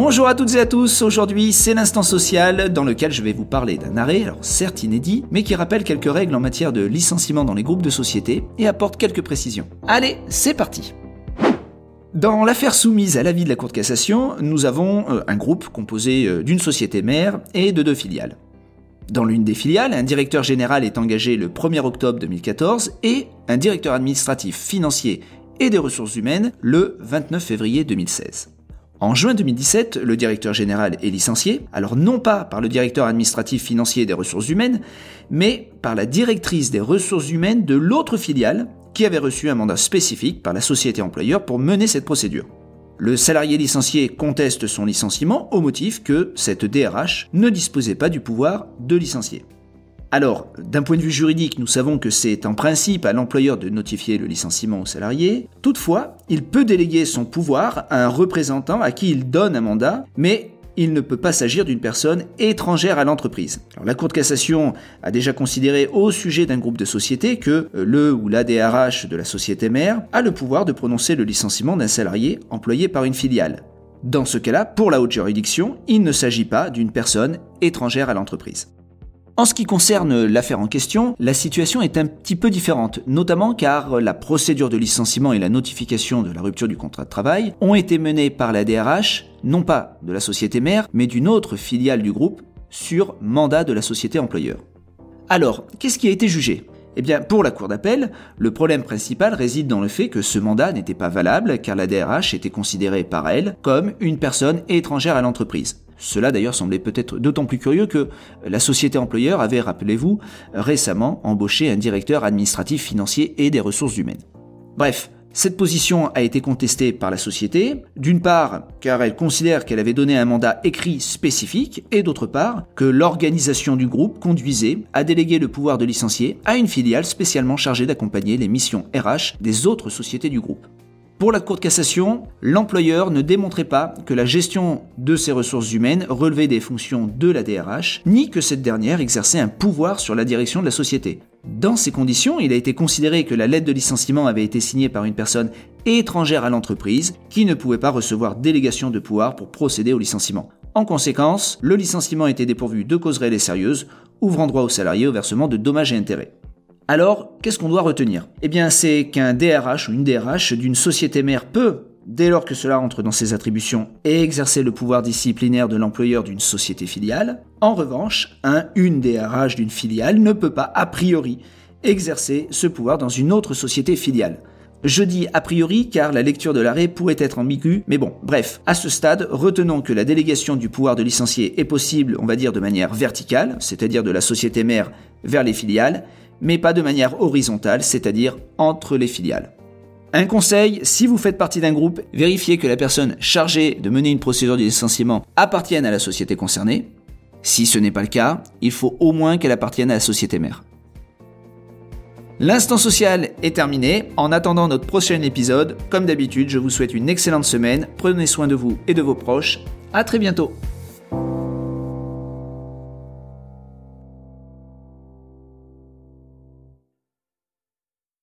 Bonjour à toutes et à tous, aujourd'hui c'est l'instant social dans lequel je vais vous parler d'un arrêt, alors certes inédit, mais qui rappelle quelques règles en matière de licenciement dans les groupes de sociétés et apporte quelques précisions. Allez, c'est parti. Dans l'affaire soumise à l'avis de la Cour de cassation, nous avons un groupe composé d'une société mère et de 2 filiales. Dans l'une des filiales, un directeur général est engagé le 1er octobre 2014 et un directeur administratif, financier et des ressources humaines le 29 février 2016. En juin 2017, le directeur général est licencié, alors non pas par le directeur administratif financier des ressources humaines, mais par la directrice des ressources humaines de l'autre filiale qui avait reçu un mandat spécifique par la société employeur pour mener cette procédure. Le salarié licencié conteste son licenciement au motif que cette DRH ne disposait pas du pouvoir de licencier. Alors, d'un point de vue juridique, nous savons que c'est en principe à l'employeur de notifier le licenciement au salarié. Toutefois, il peut déléguer son pouvoir à un représentant à qui il donne un mandat, mais il ne peut pas s'agir d'une personne étrangère à l'entreprise. Alors, la Cour de cassation a déjà considéré au sujet d'un groupe de sociétés que le ou la DRH de la société mère a le pouvoir de prononcer le licenciement d'un salarié employé par une filiale. Dans ce cas-là, pour la haute juridiction, il ne s'agit pas d'une personne étrangère à l'entreprise. En ce qui concerne l'affaire en question, la situation est un petit peu différente, notamment car la procédure de licenciement et la notification de la rupture du contrat de travail ont été menées par la DRH, non pas de la société mère, mais d'une autre filiale du groupe, sur mandat de la société employeur. Alors, qu'est-ce qui a été jugé ? Eh bien, pour la Cour d'appel, le problème principal réside dans le fait que ce mandat n'était pas valable car la DRH était considérée par elle comme une personne étrangère à l'entreprise. Cela d'ailleurs semblait peut-être d'autant plus curieux que la société employeur avait, rappelez-vous, récemment embauché un directeur administratif financier et des ressources humaines. Bref, cette position a été contestée par la société, d'une part car elle considère qu'elle avait donné un mandat écrit spécifique, et d'autre part que l'organisation du groupe conduisait à déléguer le pouvoir de licencier à une filiale spécialement chargée d'accompagner les missions RH des autres sociétés du groupe. Pour la Cour de cassation, l'employeur ne démontrait pas que la gestion de ses ressources humaines relevait des fonctions de la DRH, ni que cette dernière exerçait un pouvoir sur la direction de la société. Dans ces conditions, il a été considéré que la lettre de licenciement avait été signée par une personne étrangère à l'entreprise qui ne pouvait pas recevoir délégation de pouvoir pour procéder au licenciement. En conséquence, le licenciement était dépourvu de cause réelle et sérieuse, ouvrant droit au salarié au versement de dommages et intérêts. Alors, qu'est-ce qu'on doit retenir ? Eh bien, c'est qu'un DRH ou une DRH d'une société mère peut, dès lors que cela entre dans ses attributions, exercer le pouvoir disciplinaire de l'employeur d'une société filiale. En revanche, une DRH d'une filiale ne peut pas, a priori, exercer ce pouvoir dans une autre société filiale. Je dis a priori car la lecture de l'arrêt pourrait être ambiguë, mais bon, bref, à ce stade, retenons que la délégation du pouvoir de licencier est possible, on va dire de manière verticale, c'est-à-dire de la société mère vers les filiales, mais pas de manière horizontale, c'est-à-dire entre les filiales. Un conseil, si vous faites partie d'un groupe, vérifiez que la personne chargée de mener une procédure de licenciement appartienne à la société concernée. Si ce n'est pas le cas, il faut au moins qu'elle appartienne à la société mère. L'instant social est terminé. En attendant notre prochain épisode, comme d'habitude, je vous souhaite une excellente semaine. Prenez soin de vous et de vos proches. À très bientôt.